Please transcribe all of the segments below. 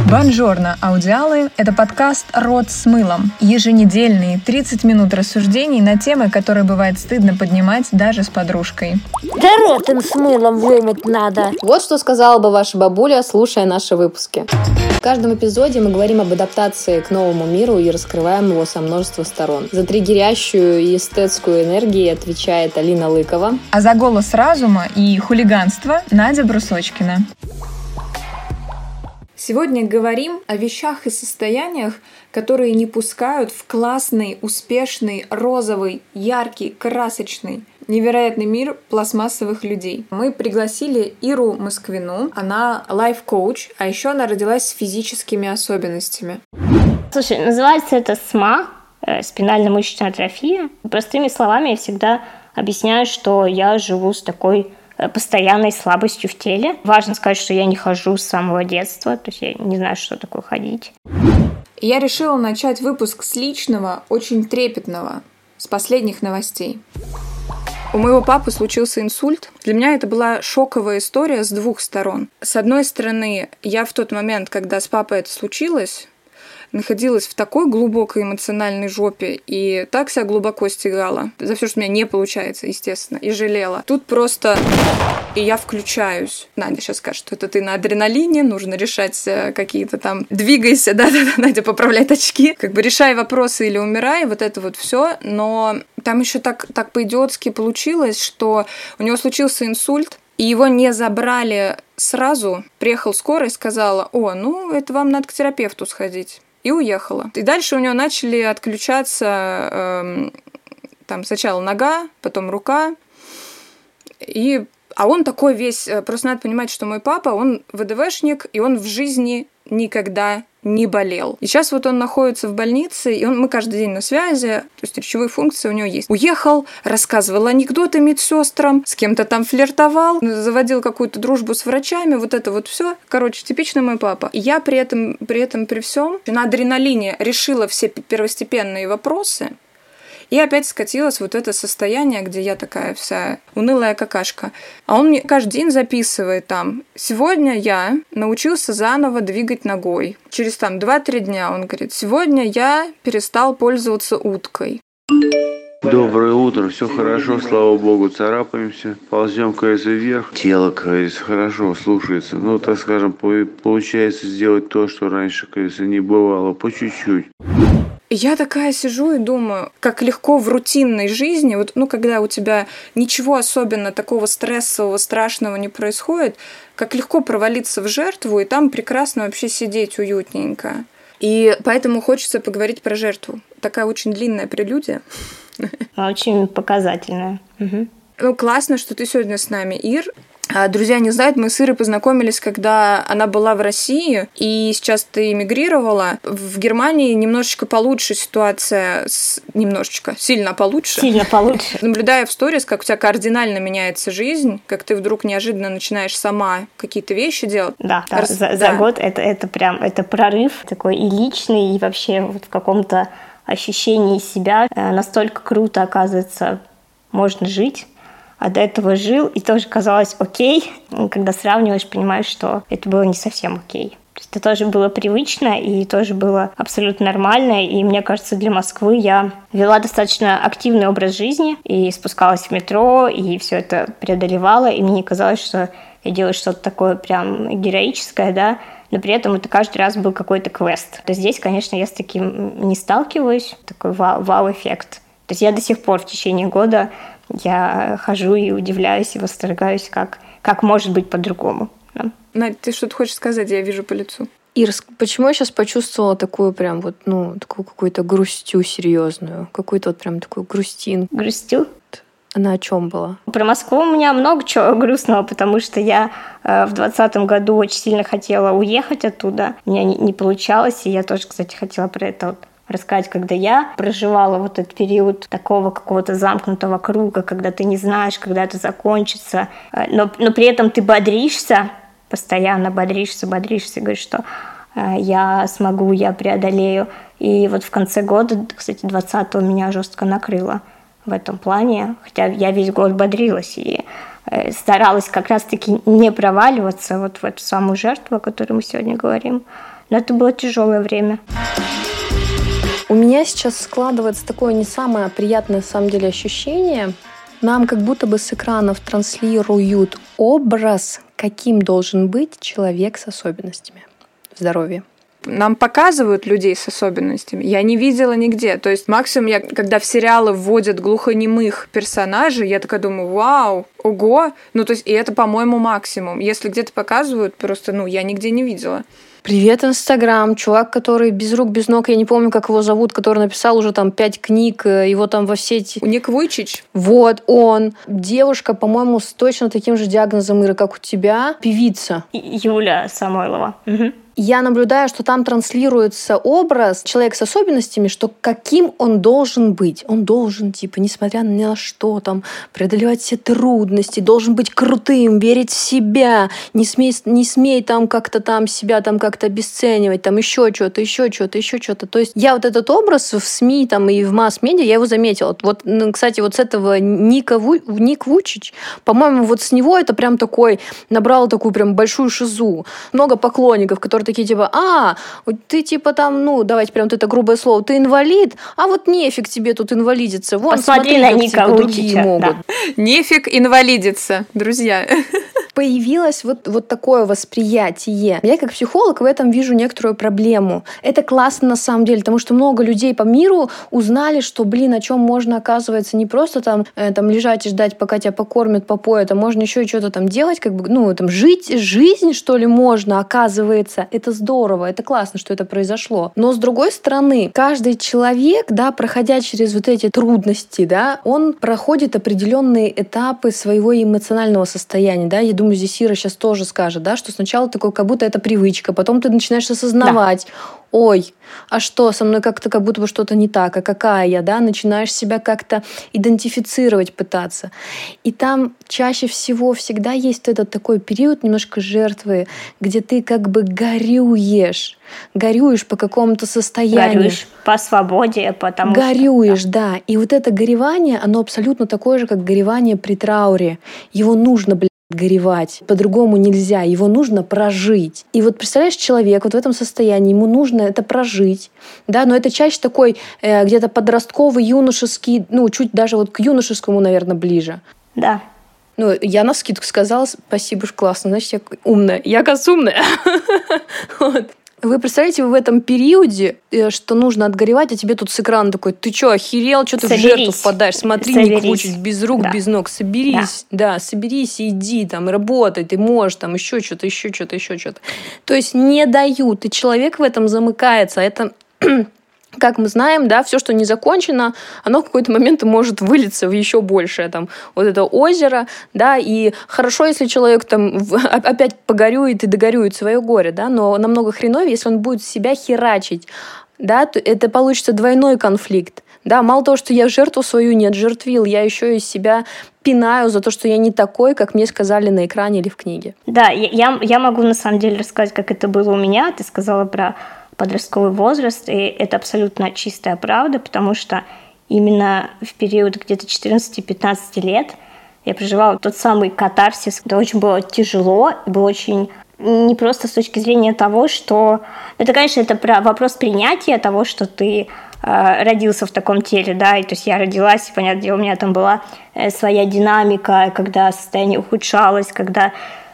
Бонжорно, аудиалы! Это подкаст «Рот с мылом». Еженедельные 30 минут рассуждений на темы, которые бывает стыдно поднимать даже с подружкой. Да рот им с мылом вымыть надо. Вот что сказала бы ваша бабуля, слушая наши выпуски. В каждом эпизоде мы говорим об адаптации к новому миру и раскрываем его со множества сторон. За триггерящую и эстетскую энергию отвечает Алина Лыкова. А за голос разума и хулиганство Надя Брусочкина. Сегодня говорим о вещах и состояниях, которые не пускают в классный, успешный, розовый, яркий, красочный, невероятный мир пластмассовых людей. Мы пригласили Иру Москвину, она лайф-коуч, а еще она родилась с физическими особенностями. Слушай, называется это СМА, спинально-мышечная атрофия. Простыми словами я всегда объясняю, что я живу с такой постоянной слабостью в теле. Важно сказать, что я не хожу с самого детства, то есть я не знаю, что такое ходить. Я решила начать выпуск с личного, очень трепетного, с последних новостей. У моего папы случился инсульт. Для меня это была шоковая история с двух сторон. С одной стороны, я в тот момент, когда с папой это случилось, находилась в такой глубокой эмоциональной жопе и так себя глубоко стягала за все, что у меня не получается, естественно, и жалела. Тут просто и я включаюсь. Надя сейчас скажет, что это ты на адреналине, нужно решать какие-то там... Двигайся, да-да-да, Надя поправляет очки. Как бы решай вопросы или умирай, вот это вот все. Но там еще так по-идиотски получилось, что у него случился инсульт, и его не забрали сразу. Приехала скорая и сказала: «О, это вам надо к терапевту сходить». И уехала. И дальше у него начали отключаться там сначала нога, потом рука. А он такой весь... Просто надо понимать, что мой папа, он ВДВшник, и он в жизни никогда не болел. И сейчас вот он находится в больнице, и мы каждый день на связи, то есть речевые функции у него есть. Уехал, рассказывал анекдоты медсестрам, с кем-то там флиртовал, заводил какую-то дружбу с врачами, вот это вот все. Короче, типичный мой папа. И я при всем на адреналине решила все первостепенные вопросы. И опять скатилось вот это состояние, где я такая вся унылая какашка. А он мне каждый день записывает там: «Сегодня я научился заново двигать ногой». Через там 2-3 дня он говорит: «Сегодня я перестал пользоваться уткой». Доброе утро, все хорошо, слава богу, царапаемся, ползем, кажется, вверх. Тело, кажется, хорошо слушается. Так скажем, получается сделать то, что раньше, кажется, не бывало, по чуть-чуть. Я такая сижу и думаю, как легко в рутинной жизни, когда у тебя ничего особенно такого стрессового, страшного не происходит, как легко провалиться в жертву и там прекрасно вообще сидеть уютненько. И поэтому хочется поговорить про жертву. Такая очень длинная прелюдия. Очень показательная. Угу. Классно, что ты сегодня с нами, Ир. Друзья не знают, мы с Ирой познакомились, когда она была в России, и сейчас ты эмигрировала. В Германии немножечко получше ситуация, сильно получше. Сильно получше. Наблюдая в сторис, как у тебя кардинально меняется жизнь, как ты вдруг неожиданно начинаешь сама какие-то вещи делать. Да, за год это прорыв такой и личный, и вообще вот в каком-то ощущении себя. Настолько круто, оказывается, можно жить. А до этого жил, и тоже казалось окей. Когда сравниваешь, понимаешь, что это было не совсем окей. То есть это тоже было привычно, и тоже было абсолютно нормально. И мне кажется, для Москвы я вела достаточно активный образ жизни, и спускалась в метро, и все это преодолевала, и мне не казалось, что я делаю что-то такое прям героическое, да, но при этом это каждый раз был какой-то квест. То здесь, конечно, я с таким не сталкиваюсь, такой вау-эффект. То есть я до сих пор в течение года я хожу и удивляюсь, и восторгаюсь, как может быть по-другому. Да. Надь, ты что-то хочешь сказать? Я вижу по лицу. Ир, почему я сейчас почувствовала такую прям такую какую-то грустью серьезную? Какую-то вот прям такую грустинку. Грустю? Она о чем была? Про Москву у меня много чего грустного, потому что я в 2020 году очень сильно хотела уехать оттуда. У меня не получалось, и я тоже, кстати, хотела про это рассказать, когда я проживала вот этот период такого какого-то замкнутого круга, когда ты не знаешь, когда это закончится, но при этом ты бодришься, постоянно бодришься, и говоришь, что я смогу, я преодолею. И вот в конце года, кстати, 2020-го меня жестко накрыло в этом плане, хотя я весь год бодрилась, и старалась как раз-таки не проваливаться вот в эту самую жертву, о которой мы сегодня говорим. Но это было тяжелое время. У меня сейчас складывается такое не самое приятное, на самом деле, ощущение. Нам как будто бы с экранов транслируют образ, каким должен быть человек с особенностями в здоровье. Нам показывают людей с особенностями. Я не видела нигде. То есть максимум, когда в сериалы вводят глухонемых персонажей, я такая думаю, вау, ого. Ну, то есть, и это, по-моему, максимум. Если где-то показывают, просто, я нигде не видела. Привет, Инстаграм. Чувак, который без рук, без ног, я не помню, как его зовут, который написал уже 5 книг, его там во все эти... Ник Вуйчич? Вот, он. Девушка, по-моему, с точно таким же диагнозом, Ира, как у тебя. Певица. Юля Самойлова. Угу. Я наблюдаю, что там транслируется образ человека с особенностями, что каким он должен быть. Он должен, несмотря ни на что, преодолевать все трудности, должен быть крутым, верить в себя, не смей как-то себя как-то обесценивать, еще что-то. То есть я вот этот образ в СМИ и в масс-медиа, я его заметила. Кстати, с этого Ник Вуйчич, по-моему, вот с него это прям такой, набрал такую прям большую шизу. Много поклонников, которые такие ты давайте прям это грубое слово, ты инвалид, а вот нефиг тебе тут инвалидиться. Вон, посмотри на Ника Вуйчича. Могут. Да. Нефиг инвалидиться, друзья. Появилось вот такое восприятие. Я как психолог в этом вижу некоторую проблему. Это классно на самом деле, потому что много людей по миру узнали, что, о чем можно, оказывается, не просто лежать и ждать, пока тебя покормят, попоят, а можно еще и что-то делать, жить жизнь, что ли, можно, оказывается. Это здорово, это классно, что это произошло. Но, с другой стороны, каждый человек, проходя через вот эти трудности, он проходит определенные этапы своего эмоционального состояния. Я думаю, здесь Ира сейчас тоже скажет, что сначала такое, как будто это привычка, потом ты начинаешь осознавать, ой, а что, со мной как-то как будто бы что-то не так, а какая я, начинаешь себя как-то идентифицировать пытаться. И там чаще всего всегда есть этот такой период немножко жертвы, где ты как бы горюешь по какому-то состоянию. Горюешь по свободе, потому горюешь, да. И вот это горевание, оно абсолютно такое же, как горевание при трауре. Его нужно, горевать. По-другому нельзя. Его нужно прожить. И представляешь, человек в этом состоянии, ему нужно это прожить. Но это чаще такой где-то подростковый, юношеский, чуть даже к юношескому, наверное, ближе. Да. Я навскидку сказала, спасибо, классно, значит, я умная. Я, оказывается, умная. Вы представляете, в этом периоде, что нужно отгоревать, а тебе тут с экрана такой, ты что, охерел, что ты в жертву впадаешь? Смотри, Ник Вуйчич, без рук, без ног, соберись. Да, соберись и иди, и работай, ты можешь, еще что-то. То есть не дают, и человек в этом замыкается. Это... Как мы знаем, все, что не закончено, оно в какой-то момент может вылиться в еще большее, это озеро, и хорошо, если человек опять погорюет и догорюет свое горе, но намного хреновее, если он будет себя херачить, то это получится двойной конфликт. Мало того, что я жертву свою не отжертвил, я еще и себя пинаю за то, что я не такой, как мне сказали на экране или в книге. Да, я могу на самом деле рассказать, как это было у меня. Ты сказала про подростковый возраст, и это абсолютно чистая правда, потому что именно в период где-то 14-15 лет я проживала тот самый катарсис. Это очень было тяжело, было очень не просто с точки зрения того, что... Это, конечно, это про вопрос принятия того, что ты родился в таком теле, и то есть я родилась, и, понятное дело, у меня там была своя динамика, когда состояние ухудшалось, когда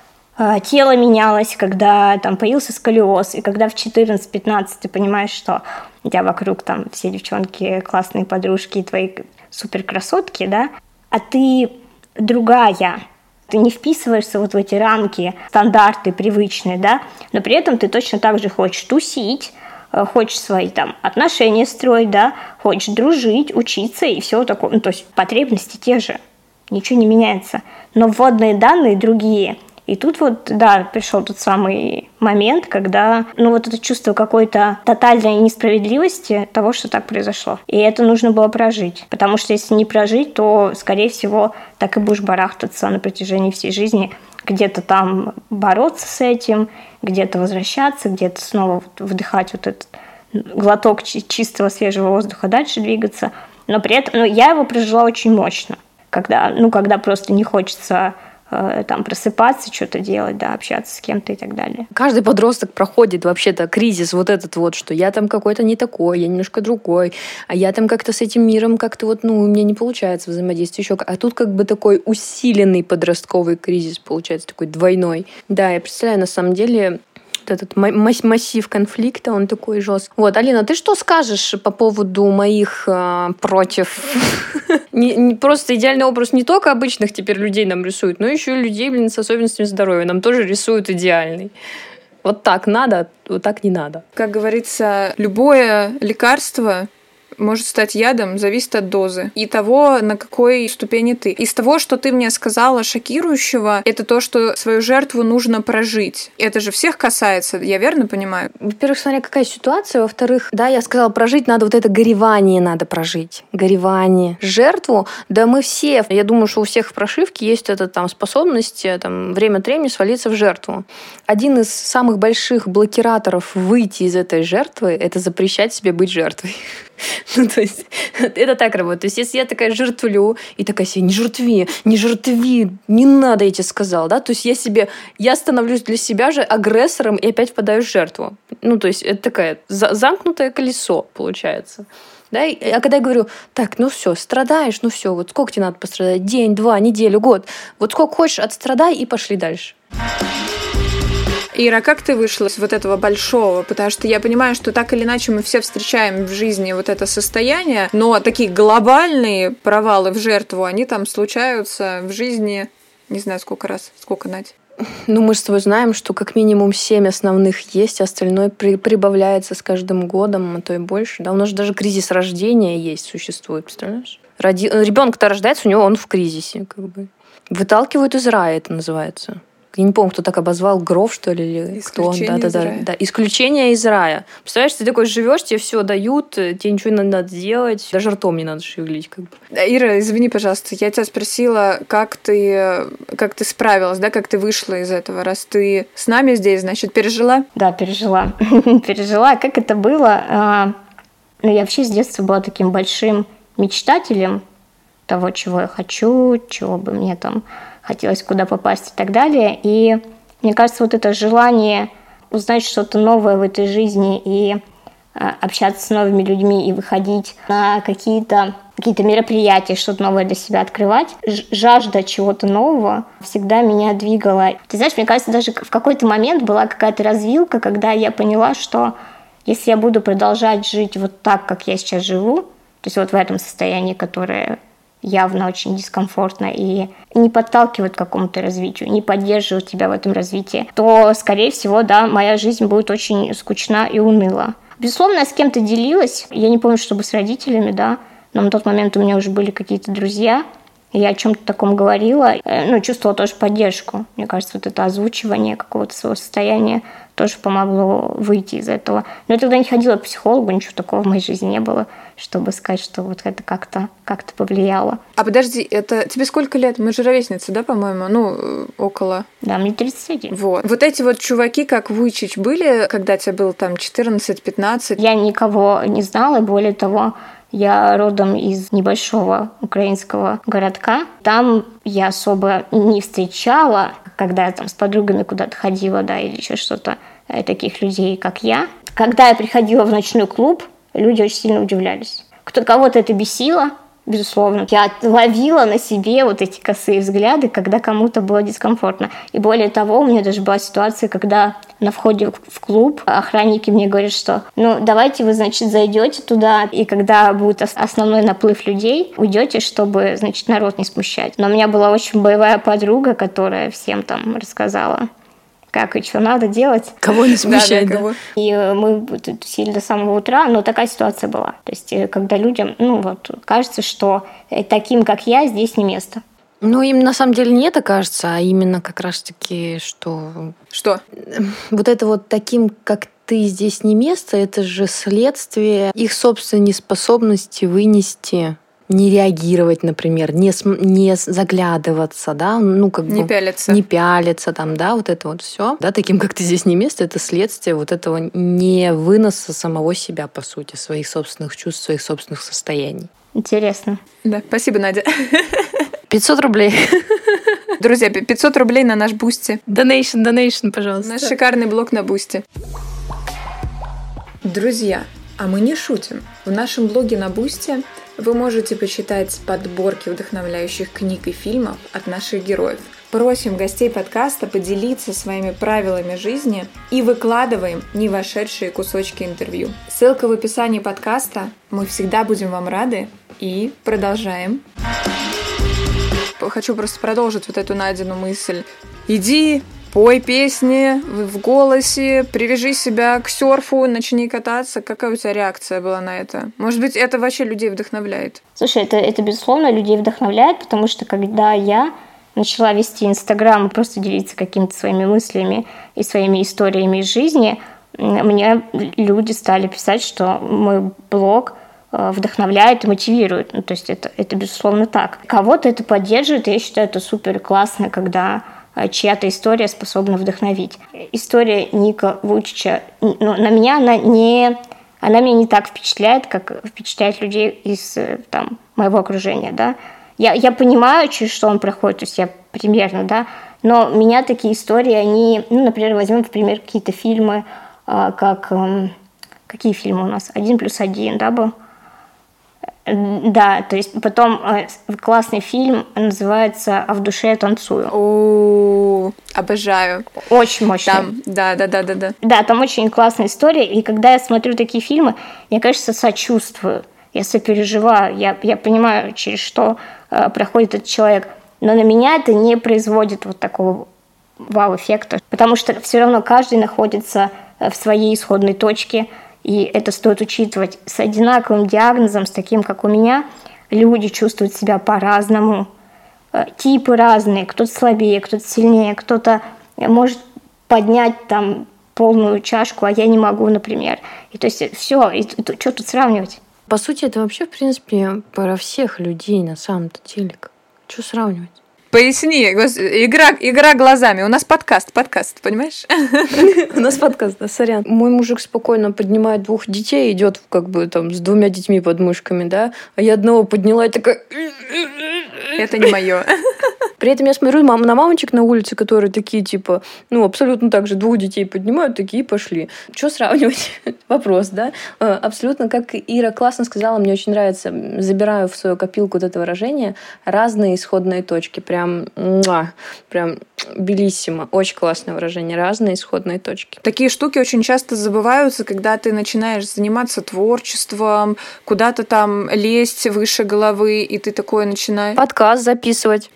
тело менялось, когда появился сколиоз, и когда в 14-15 ты понимаешь, что у тебя вокруг все девчонки классные подружки и твои суперкрасотки, а ты другая, ты не вписываешься в эти рамки, стандарты привычные, но при этом ты точно так же хочешь тусить, хочешь свои отношения строить, хочешь дружить, учиться и все такое, то есть потребности те же, ничего не меняется, но вводные данные другие. И тут пришел тот самый момент, когда, это чувство какой-то тотальной несправедливости того, что так произошло. И это нужно было прожить. Потому что если не прожить, то, скорее всего, так и будешь барахтаться на протяжении всей жизни. Где-то бороться с этим, где-то возвращаться, где-то снова вдыхать этот глоток чистого свежего воздуха, дальше двигаться. Но при этом я его прожила очень мощно. Когда просто не хочется там просыпаться, что-то делать, да, общаться с кем-то и так далее. Каждый подросток проходит вообще-то кризис вот этот вот, что я там какой-то не такой, я немножко другой, а я там как-то с этим миром как-то вот, у меня не получается взаимодействие еще. А тут как бы такой усиленный подростковый кризис получается, такой двойной. Да, я представляю, на самом деле, этот массив конфликта, он такой жесткий. Вот, Алина, ты что скажешь по поводу моих против? Не просто идеальный образ не только обычных теперь людей нам рисуют, но еще и людей, с особенностями здоровья. Нам тоже рисуют идеальный. Вот так надо, вот так не надо. Как говорится, любое лекарство может стать ядом, зависит от дозы и того, на какой ступени ты. Из того, что ты мне сказала шокирующего, это то, что свою жертву нужно прожить. Это же всех касается, я верно понимаю? Во-первых, смотря какая ситуация. Во-вторых, да, я сказала, прожить надо вот это горевание надо прожить. Горевание. Жертву, да мы все, я думаю, что у всех в прошивке есть эта там способность время от времени свалиться в жертву. Один из самых больших блокираторов выйти из этой жертвы — это запрещать себе быть жертвой. То есть это так работает. То есть если я такая жертвлю и такая себе, не жертви, не надо, я тебе сказала, да, то есть я становлюсь для себя же агрессором и опять впадаю в жертву. То есть это такое замкнутое колесо получается. Да? А когда я говорю, так, все, страдаешь, все, вот сколько тебе надо пострадать? День, 2, неделю, год. Вот сколько хочешь, отстрадай и пошли дальше. Ира, как ты вышла из вот этого большого? Потому что я понимаю, что так или иначе мы все встречаем в жизни вот это состояние, но такие глобальные провалы в жертву, они там случаются в жизни, не знаю, сколько раз. Сколько, Надь? Мы с тобой знаем, что как минимум 7 основных есть, остальное прибавляется с каждым годом, а то и больше. Да? У нас же даже кризис рождения существует, представляешь? Ребенок-то рождается, он в кризисе. Как бы. Выталкивают из рая, это называется. Я не помню, кто так обозвал, Гров, что ли, или кто он. Да. Исключение из рая. Представляешь, ты такой живешь, тебе все дают, тебе ничего не надо делать, даже ртом не надо шевелить. Как бы. Ира, извини, пожалуйста, я тебя спросила, как ты справилась, да, как ты вышла из этого, раз ты с нами здесь, значит, пережила? Да, пережила. Пережила. Как это было? Я вообще с детства была таким большим мечтателем того, чего я хочу, чего бы мне там хотелось куда попасть и так далее. И мне кажется, вот это желание узнать что-то новое в этой жизни и общаться с новыми людьми и выходить на какие-то мероприятия, что-то новое для себя открывать, жажда чего-то нового всегда меня двигала. Ты знаешь, мне кажется, даже в какой-то момент была какая-то развилка, когда я поняла, что если я буду продолжать жить вот так, как я сейчас живу, то есть вот в этом состоянии, которое явно очень дискомфортно и не подталкивает к какому-то развитию, не поддерживает тебя в этом развитии, то, скорее всего, да, моя жизнь будет очень скучна и уныла. Безусловно, я с кем-то делилась, я не помню, чтобы с родителями, да, но на тот момент у меня уже были какие-то друзья, и я о чем-то таком говорила, чувствовала тоже поддержку. Мне кажется, вот это озвучивание какого-то своего состояния тоже помогло выйти из этого. Но я тогда не ходила к психологу, ничего такого в моей жизни не было, чтобы сказать, что вот это как-то повлияло. А подожди, это тебе сколько лет? Мы же ровесницы, да, по-моему? Около. Да, мне 31. Вот эти вот чуваки, как Вуйчич, были, когда тебе было там 14-15? Я никого не знала, более того, я родом из небольшого украинского городка. Там я особо не встречала, когда я там с подругами куда-то ходила, да, или еще что-то, таких людей, как я. Когда я приходила в ночной клуб, люди очень сильно удивлялись. Кого-то это бесило, безусловно. Я ловила на себе вот эти косые взгляды, когда кому-то было дискомфортно. И более того, у меня даже была ситуация, когда на входе в клуб охранники мне говорят, что давайте вы, значит, зайдете туда, и когда будет основной наплыв людей, уйдете, чтобы, значит, народ не смущать. Но у меня была очень боевая подруга, которая всем там рассказала, как и что надо делать. Кого не смущать, да? И мы тусили до самого утра, но такая ситуация была. То есть, когда людям, кажется, что таким, как я, здесь не место. Им на самом деле не это кажется, а именно как раз-таки, что... Что? Вот это вот таким, как ты, здесь не место, это же следствие их собственной неспособности вынести... Не реагировать, например, не заглядываться, да, не пялиться. Не пялиться там, да, вот это вот все. Да, таким, как ты здесь не место, это следствие вот этого невыноса самого себя, по сути, своих собственных чувств, своих собственных состояний. Интересно. Да, спасибо, Надя. 500 рублей. Друзья, 500 рублей на наш Бусти. Donation, пожалуйста. Наш шикарный блог на Бусти. Друзья, а мы не шутим. В нашем блоге на Бусти вы можете почитать подборки вдохновляющих книг и фильмов от наших героев. Просим гостей подкаста поделиться своими правилами жизни и выкладываем не вошедшие кусочки интервью. Ссылка в описании подкаста. Мы всегда будем вам рады. И продолжаем. Хочу просто продолжить вот эту Надину мысль. Иди, пой песни в голосе, привяжи себя к серфу, начни кататься. Какая у тебя реакция была на это? Может быть, это вообще людей вдохновляет? Слушай, это безусловно людей вдохновляет, потому что когда я начала вести Инстаграм и просто делиться какими-то своими мыслями и своими историями из жизни, мне люди стали писать, что мой блог вдохновляет и мотивирует. Ну, то есть это безусловно так. Кого-то это поддерживает, и я считаю, это супер классно, когда чья-то история способна вдохновить. История Ника Вуйчича, на меня она меня не так впечатляет, как впечатляет людей из моего окружения, да. Я понимаю, через что он проходит, то есть я примерно, да, но меня такие истории, они, например, возьмем в пример какие-то фильмы, какие фильмы у нас? 1+1, да, был? Да, то есть потом классный фильм называется «А в душе я танцую». О, обожаю. Очень мощный. Да. Да, там очень классная история, и когда я смотрю такие фильмы, я, конечно, сочувствую, я сопереживаю, я понимаю, через что проходит этот человек, но на меня это не производит вот такого вау-эффекта, потому что все равно каждый находится в своей исходной точке, и это стоит учитывать. С одинаковым диагнозом, с таким, как у меня, люди чувствуют себя по-разному, типы разные, кто-то слабее, кто-то сильнее, кто-то может поднять полную чашку, а я не могу, например. И то есть все, и что тут сравнивать? По сути, это вообще, в принципе, про всех людей на самом-то деле. Что сравнивать? Поясни, игра глазами. У нас подкаст, понимаешь? У нас подкаст, да, сорян. Мой мужик спокойно поднимает 2 детей, идет с 2 детьми под мышками, да, а я одного подняла и такая... Это не мое. При этом я смотрю на мамочек на улице, которые такие, абсолютно так же 2 детей поднимают, такие и пошли. Что сравнивать? Вопрос, да? Абсолютно, как Ира классно сказала, мне очень нравится, забираю в свою копилку вот это выражение, разные исходные точки. Прям белиссимо. Очень классное выражение. Разные исходные точки. Такие штуки очень часто забываются, когда ты начинаешь заниматься творчеством, куда-то лезть выше головы, и ты такое начинаешь... Подкаст записывать.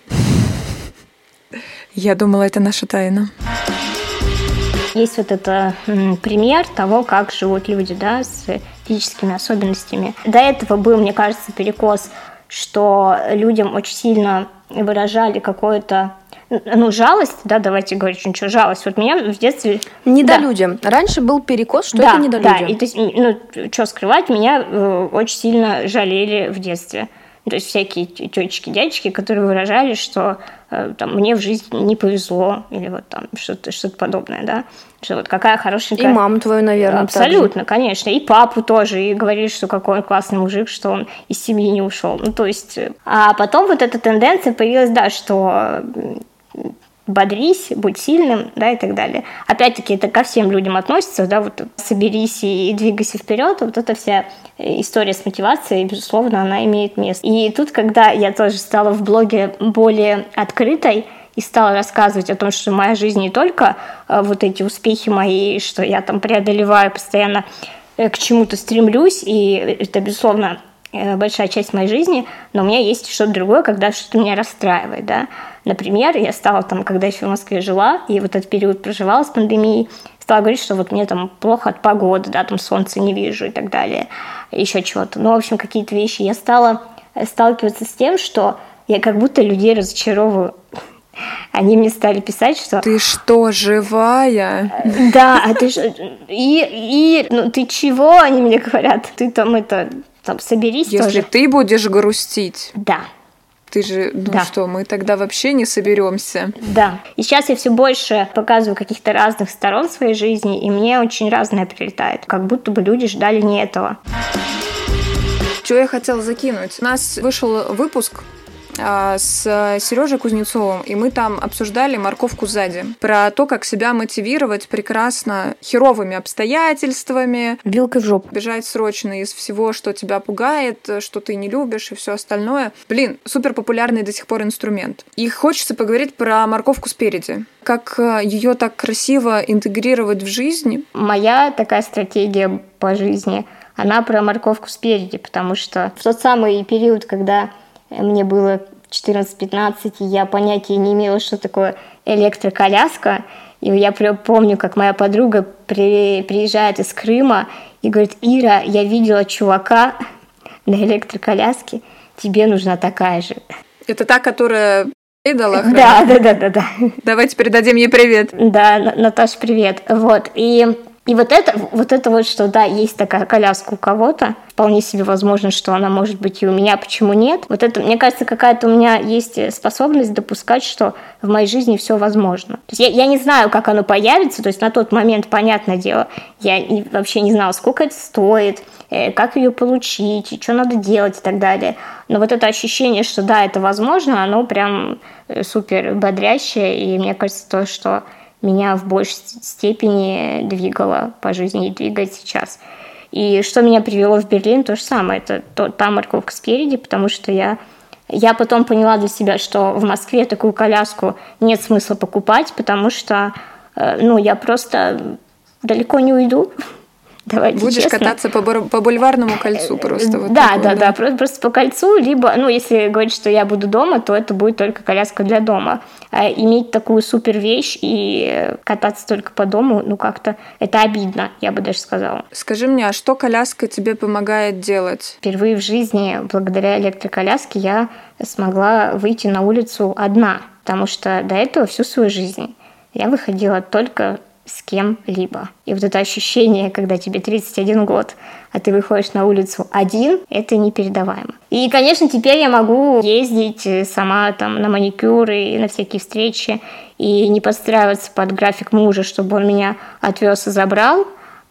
Я думала, это наша тайна. Есть вот это пример того, как живут люди, да, с физическими особенностями. До этого был, мне кажется, перекос, что людям очень сильно выражали какое-то, жалость, да, давайте говорить, что жалость. Вот меня в детстве... Недолюдям. Да. Раньше был перекос, что это недолюдям. Да, и то есть, что скрывать, меня очень сильно жалели в детстве. То есть всякие тетечки, дядечки, которые выражали, что мне в жизни не повезло, или что-то подобное, да, что вот какая хорошенькая... И маму твою, наверное, абсолютно, конечно, и папу тоже, и говорили, что какой он классный мужик, что он из семьи не ушел. То есть... А потом вот эта тенденция появилась, да, что... бодрись, будь сильным, да, и так далее. Опять-таки, это ко всем людям относится, да, вот соберись и двигайся вперед, вот эта вся история с мотивацией, безусловно, она имеет место. И тут, когда я тоже стала в блоге более открытой и стала рассказывать о том, что моя жизнь не только вот эти успехи мои, что я преодолеваю, постоянно к чему-то стремлюсь, и это, безусловно, большая часть моей жизни, но у меня есть что-то другое, когда что-то меня расстраивает, да. Например, я стала когда еще в Москве жила, и вот этот период проживала с пандемией, стала говорить, что вот мне плохо от погоды, да, солнца не вижу и так далее, еще чего-то. В общем, какие-то вещи. Я стала сталкиваться с тем, что я как будто людей разочаровываю. Они мне стали писать, что... Ты что, живая? Да, а ты что... ты чего? Они мне говорят. Ты соберись Если тоже. Ты будешь грустить. Да. Ты же, что, мы тогда вообще не соберемся. Да. И сейчас я все больше показываю каких-то разных сторон своей жизни, и мне очень разное прилетает. Как будто бы люди ждали не этого. Что я хотела закинуть? У нас вышел выпуск с Сережей Кузнецовым, и мы там обсуждали морковку сзади. Про то, как себя мотивировать прекрасно херовыми обстоятельствами. Вилкой в жопу. Бежать срочно из всего, что тебя пугает, что ты не любишь и все остальное. Блин, супер популярный до сих пор инструмент. И хочется поговорить про морковку спереди. Как ее так красиво интегрировать в жизнь? Моя такая стратегия по жизни, она про морковку спереди, потому что в тот самый период, когда мне было 14-15, и я понятия не имела, что такое электроколяска, и я помню, как моя подруга приезжает из Крыма и говорит: Ира, я видела чувака на электроколяске, тебе нужна такая же. Это та, которая идола? Да. Давайте передадим ей привет. Да, Наташ, привет. Вот. И вот это, что да, есть такая коляска у кого-то, вполне себе возможно, что она может быть и у меня, почему нет. Вот это, мне кажется, какая-то у меня есть способность допускать, что в моей жизни все возможно. То есть я не знаю, как оно появится, то есть на тот момент, понятное дело, я вообще не знала, сколько это стоит, как ее получить, и что надо делать и так далее. Но вот это ощущение, что да, это возможно, оно прям супер бодрящее, и мне кажется, то, что меня в большей степени двигало по жизни и двигает сейчас. И что меня привело в Берлин, то же самое. Это та морковка спереди, потому что я потом поняла для себя, что в Москве такую коляску нет смысла покупать, потому что я просто далеко не уйду. Давайте Будешь честно. кататься по бульварному кольцу просто. Вот да, такое, да, просто по кольцу, либо, если говорить, что я буду дома, то это будет только коляска для дома. А иметь такую супер вещь и кататься только по дому, как-то это обидно, я бы даже сказала. Скажи мне, а что коляска тебе помогает делать? Впервые в жизни, благодаря электроколяске, я смогла выйти на улицу одна, потому что до этого всю свою жизнь я выходила только с кем-либо. И вот это ощущение, когда тебе 31 год, а ты выходишь на улицу один, это непередаваемо. И, конечно, теперь я могу ездить сама там на маникюр и на всякие встречи, и не подстраиваться под график мужа, чтобы он меня отвез и забрал.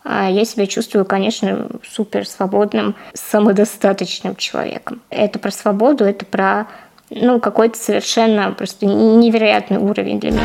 Я себя чувствую, конечно, супер свободным, самодостаточным человеком. Это про свободу, это про какой-то совершенно просто невероятный уровень для меня.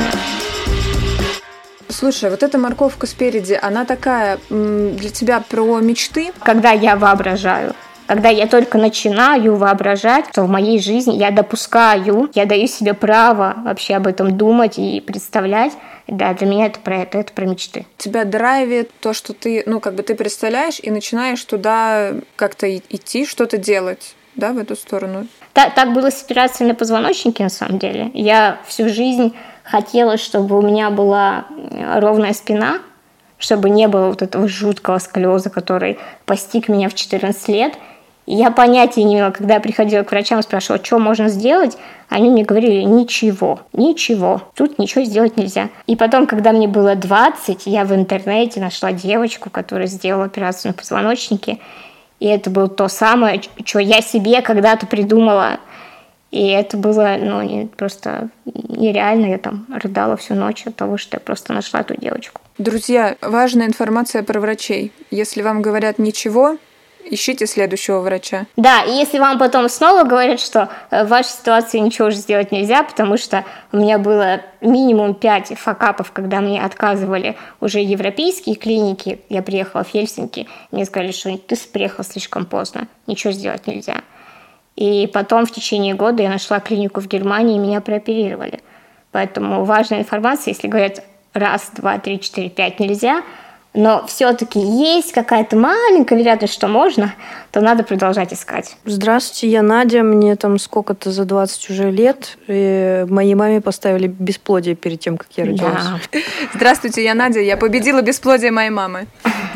Слушай, вот эта морковка спереди, она такая для тебя про мечты? Когда я воображаю, когда я только начинаю воображать, что в моей жизни я допускаю, я даю себе право вообще об этом думать и представлять, да, для меня это про мечты. Тебя драйвит то, что ты, ты представляешь и начинаешь туда как-то идти, что-то делать, да, в эту сторону? Так было с операцией на позвоночнике, на самом деле. Я всю жизнь хотела, чтобы у меня была ровная спина, чтобы не было вот этого жуткого сколиоза, который постиг меня в 14 лет. И я понятия не имела, когда я приходила к врачам и спрашивала, что можно сделать, они мне говорили: ничего, тут ничего сделать нельзя. И потом, когда мне было 20, я в интернете нашла девочку, которая сделала операцию на позвоночнике, и это было то самое, что я себе когда-то придумала. И это было, просто нереально. Я там рыдала всю ночь от того, что я просто нашла эту девочку. Друзья, важная информация про врачей. Если вам говорят ничего, ищите следующего врача. Да, и если вам потом снова говорят, что в вашей ситуации ничего уже сделать нельзя, потому что у меня было минимум 5 факапов, когда мне отказывали уже европейские клиники. Я приехала в Хельсинки, мне сказали, что ты приехала слишком поздно, ничего сделать нельзя. И потом в течение года я нашла клинику в Германии, и меня прооперировали. Поэтому важная информация, если говорят 1, 2, 3, 4, 5 нельзя, но все-таки есть какая-то маленькая вероятность, что можно, то надо продолжать искать. Здравствуйте, я Надя, мне там сколько-то за 20 уже лет. И моей маме поставили бесплодие перед тем, как я родилась. Да. Здравствуйте, я Надя, я победила бесплодие моей мамы.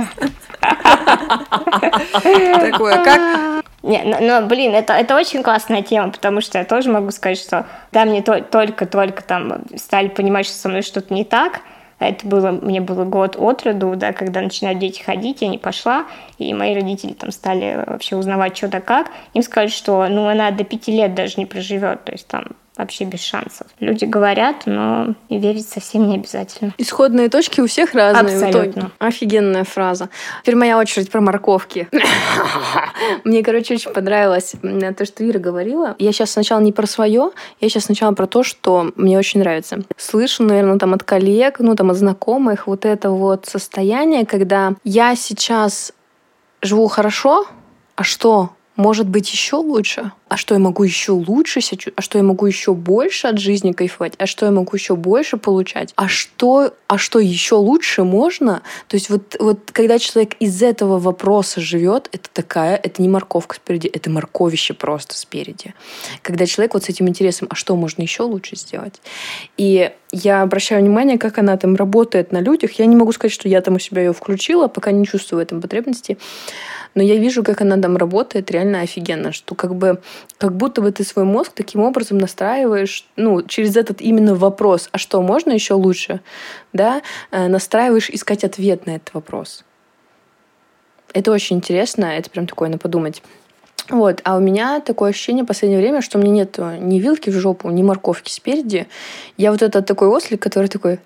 Такое, как? Это очень классная тема, потому что я тоже могу сказать, что да, мне только там стали понимать, что со мной что-то не так. Мне было год от роду, да, когда начинают дети ходить, я не пошла, и мои родители там стали вообще узнавать, что да как. Им сказали, что она до 5 лет даже не проживет, то есть там вообще без шансов. Люди говорят, но верить совсем не обязательно. Исходные точки у всех разные. Абсолютно. Офигенная фраза. Теперь моя очередь про морковки. Мне, очень понравилось то, что Ира говорила. Я сейчас сначала не про свое, я сейчас сначала про то, что мне очень нравится. Слышу, наверное, от коллег, от знакомых вот это вот состояние, когда я сейчас живу хорошо, а что может быть еще лучше? А что я могу еще лучше себя чувствовать? А что я могу еще больше от жизни кайфовать? А что я могу еще больше получать? А что еще лучше можно? То есть вот когда человек из этого вопроса живет, это не морковка спереди, это морковище просто спереди. Когда человек с этим интересом, а что можно еще лучше сделать? И я обращаю внимание, как она там работает на людях. Я не могу сказать, что я там у себя ее включила, пока не чувствую в этом потребности. Но я вижу, как она там работает реально офигенно, что как будто бы ты свой мозг таким образом настраиваешь, через этот именно вопрос, а что можно еще лучше, да, настраиваешь искать ответ на этот вопрос. Это очень интересно, это прям такое на подумать. Вот, а у меня такое ощущение в последнее время, что у меня нет ни вилки в жопу, ни морковки спереди. Я этот такой ослик, который такой...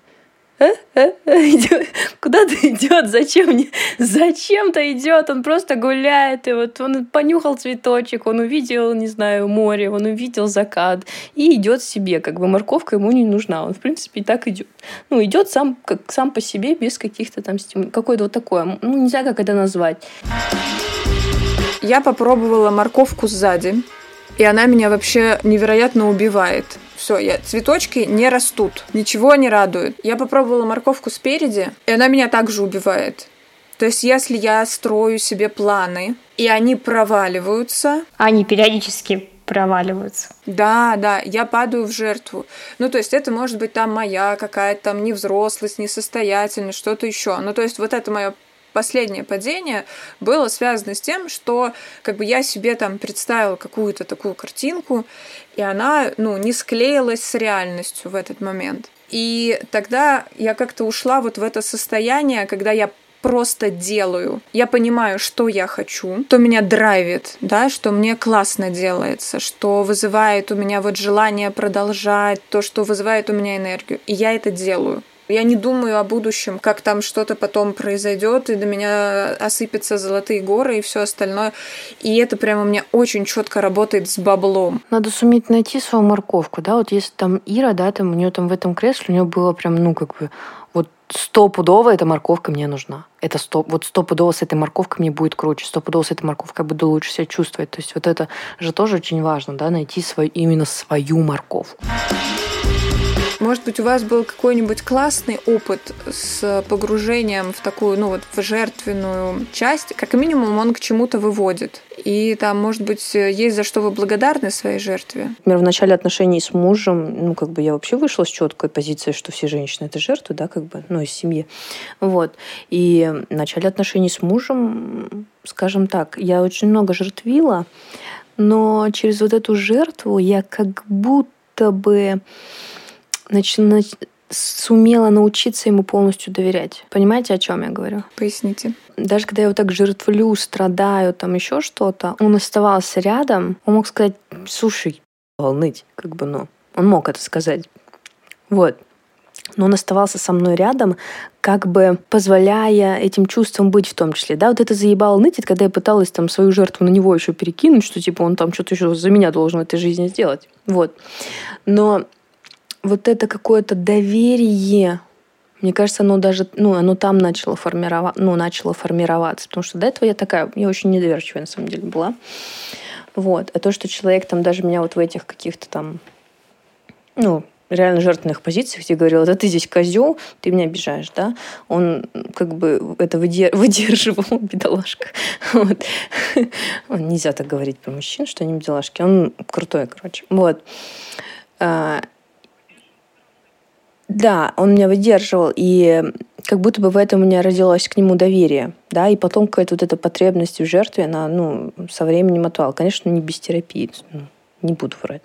Куда-то идет, зачем-то идет, он просто гуляет, и он понюхал цветочек, он увидел, не знаю, море, он увидел закат и идет себе, морковка ему не нужна, он в принципе и так идет. Идет сам по себе без каких-то там стимулов, какое-то такое, не знаю, как это назвать. Я попробовала морковку сзади, и она меня вообще невероятно убивает. Все, цветочки не растут, ничего не радует. Я попробовала морковку спереди, и она меня также убивает. То есть, если я строю себе планы, и они проваливаются... Они периодически проваливаются. Да, я падаю в жертву. То есть, это может быть там моя какая-то там невзрослость, несостоятельность, что-то еще. То есть, вот это мое последнее падение было связано с тем, что я себе там представила какую-то такую картинку, и она, не склеилась с реальностью в этот момент. И тогда я как-то ушла в это состояние, когда я просто делаю. Я понимаю, что я хочу, что меня драйвит, да, что мне классно делается, что вызывает у меня желание продолжать, то, что вызывает у меня энергию. И я это делаю. Я не думаю о будущем, как там что-то потом произойдет, и до меня осыпятся золотые горы и все остальное. И это прямо у меня очень четко работает с баблом. Надо суметь найти свою морковку, да, если там Ира, да, там у нее там в этом кресле, у нее было прям, стопудово эта морковка мне нужна. Это стопудово с этой морковкой мне будет круче, стопудово с этой морковкой я буду лучше себя чувствовать. То есть это же тоже очень важно, да, найти именно свою морковку. Может быть, у вас был какой-нибудь классный опыт с погружением в такую, в жертвенную часть. Как минимум, он к чему-то выводит. И там, может быть, есть за что вы благодарны своей жертве. Например, в начале отношений с мужем, я вообще вышла с четкой позиции, что все женщины — это жертвы, да, из семьи. Вот. И в начале отношений с мужем, скажем так, я очень много жертвила, но через эту жертву я как будто бы сумела научиться ему полностью доверять. Понимаете, о чем я говорю? Поясните. Даже когда я так жертвлю, страдаю, там еще что-то, он оставался рядом, он мог сказать: слушай, волныть, он мог это сказать. Вот. Но он оставался со мной рядом, позволяя этим чувствам быть в том числе. Да, это заебало ныть, это когда я пыталась там свою жертву на него еще перекинуть, что он там что-то еще за меня должен в этой жизни сделать. Вот. Но это какое-то доверие, мне кажется, оно даже, оно там начало формироваться, потому что до этого я очень недоверчивая на самом деле была. Вот. А то, что человек там даже меня в этих каких-то там, реально жертвенных позициях, где говорил: да ты здесь козел, ты меня обижаешь, да, он это выдерживал, бедолашка. Вот. Нельзя так говорить про мужчин, что они бедолашки, он крутой, Вот. Да, он меня выдерживал, и как будто бы в этом у меня родилось к нему доверие, да, и потом какая-то эта потребность в жертве, она, со временем отвал. Конечно, не без терапии, не буду врать.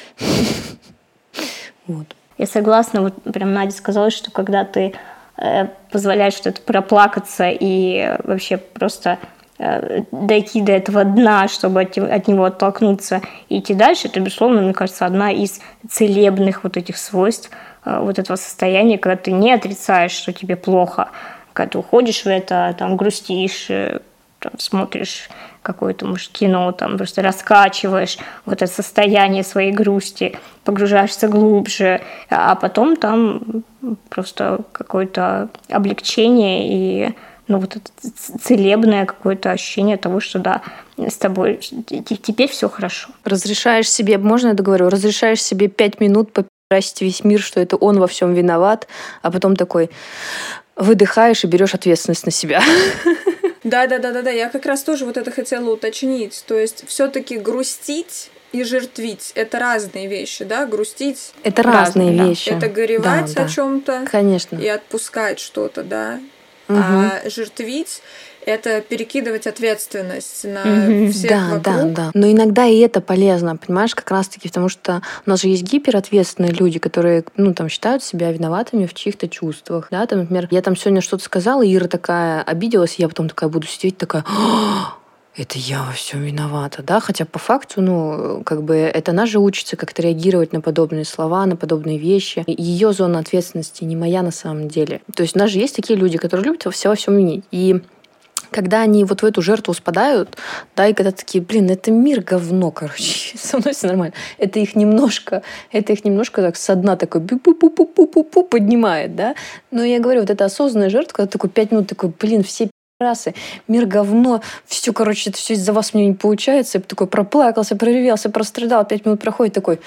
Вот. Я согласна, прям Надя сказала, что когда ты позволяешь что-то проплакаться и вообще просто дойти до этого дна, чтобы от него оттолкнуться и идти дальше, это, безусловно, мне кажется, одна из целебных вот этих свойств вот этого состояния, когда ты не отрицаешь, что тебе плохо, когда ты уходишь в это, там, грустишь, там, смотришь какое-то, может, кино, там, просто раскачиваешь вот это состояние своей грусти, погружаешься глубже, а потом там просто какое-то облегчение и вот это целебное какое-то ощущение того, что да, с тобой теперь все хорошо. Разрешаешь себе, можно я договорю, разрешаешь себе 5 минут попирасить весь мир, что это он во всем виноват, а потом такой выдыхаешь и берешь ответственность на себя. Да, я как раз тоже вот это хотела уточнить. То есть все-таки грустить и жертвить — это разные вещи, да? Грустить — это разные вещи. Это горевать о чем-то, конечно, и отпускать что-то, да. Угу. А жертвить — это перекидывать ответственность на всех вокруг. Да. Но иногда и это полезно, понимаешь, как раз-таки, потому что у нас же есть гиперответственные люди, которые, считают себя виноватыми в чьих-то чувствах, да, там, например, я там сегодня что-то сказала, Ира такая обиделась, и я потом такая буду сидеть, такая: это я во всем виновата, да, хотя по факту, это она же учится как-то реагировать на подобные слова, на подобные вещи. Ее зона ответственности не моя на самом деле. То есть у нас же есть такие люди, которые любят все во всем винить. И когда они вот в эту жертву спадают, да, и когда такие: это мир говно, короче, со мной все нормально. Это их немножко так со дна такой пу-пу-пу-пу-пу-пу поднимает, да. Но я говорю, вот эта осознанная жертва, когда такой 5 минут такой: все расы, мир говно, все, короче, это все из-за вас мне не получается. Я такой проплакался, проревелся, прострадал, 5 минут проходит, такой: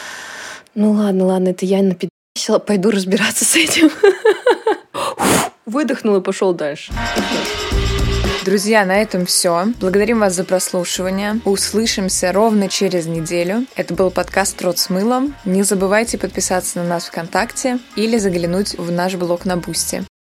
ладно, это я напидасила, пойду разбираться с этим. Выдохнул и пошел дальше. Друзья, на этом все. Благодарим вас за прослушивание. Услышимся ровно через неделю. Это был подкаст «Рот с мылом». Не забывайте подписаться на нас ВКонтакте или заглянуть в наш блог на Бусти.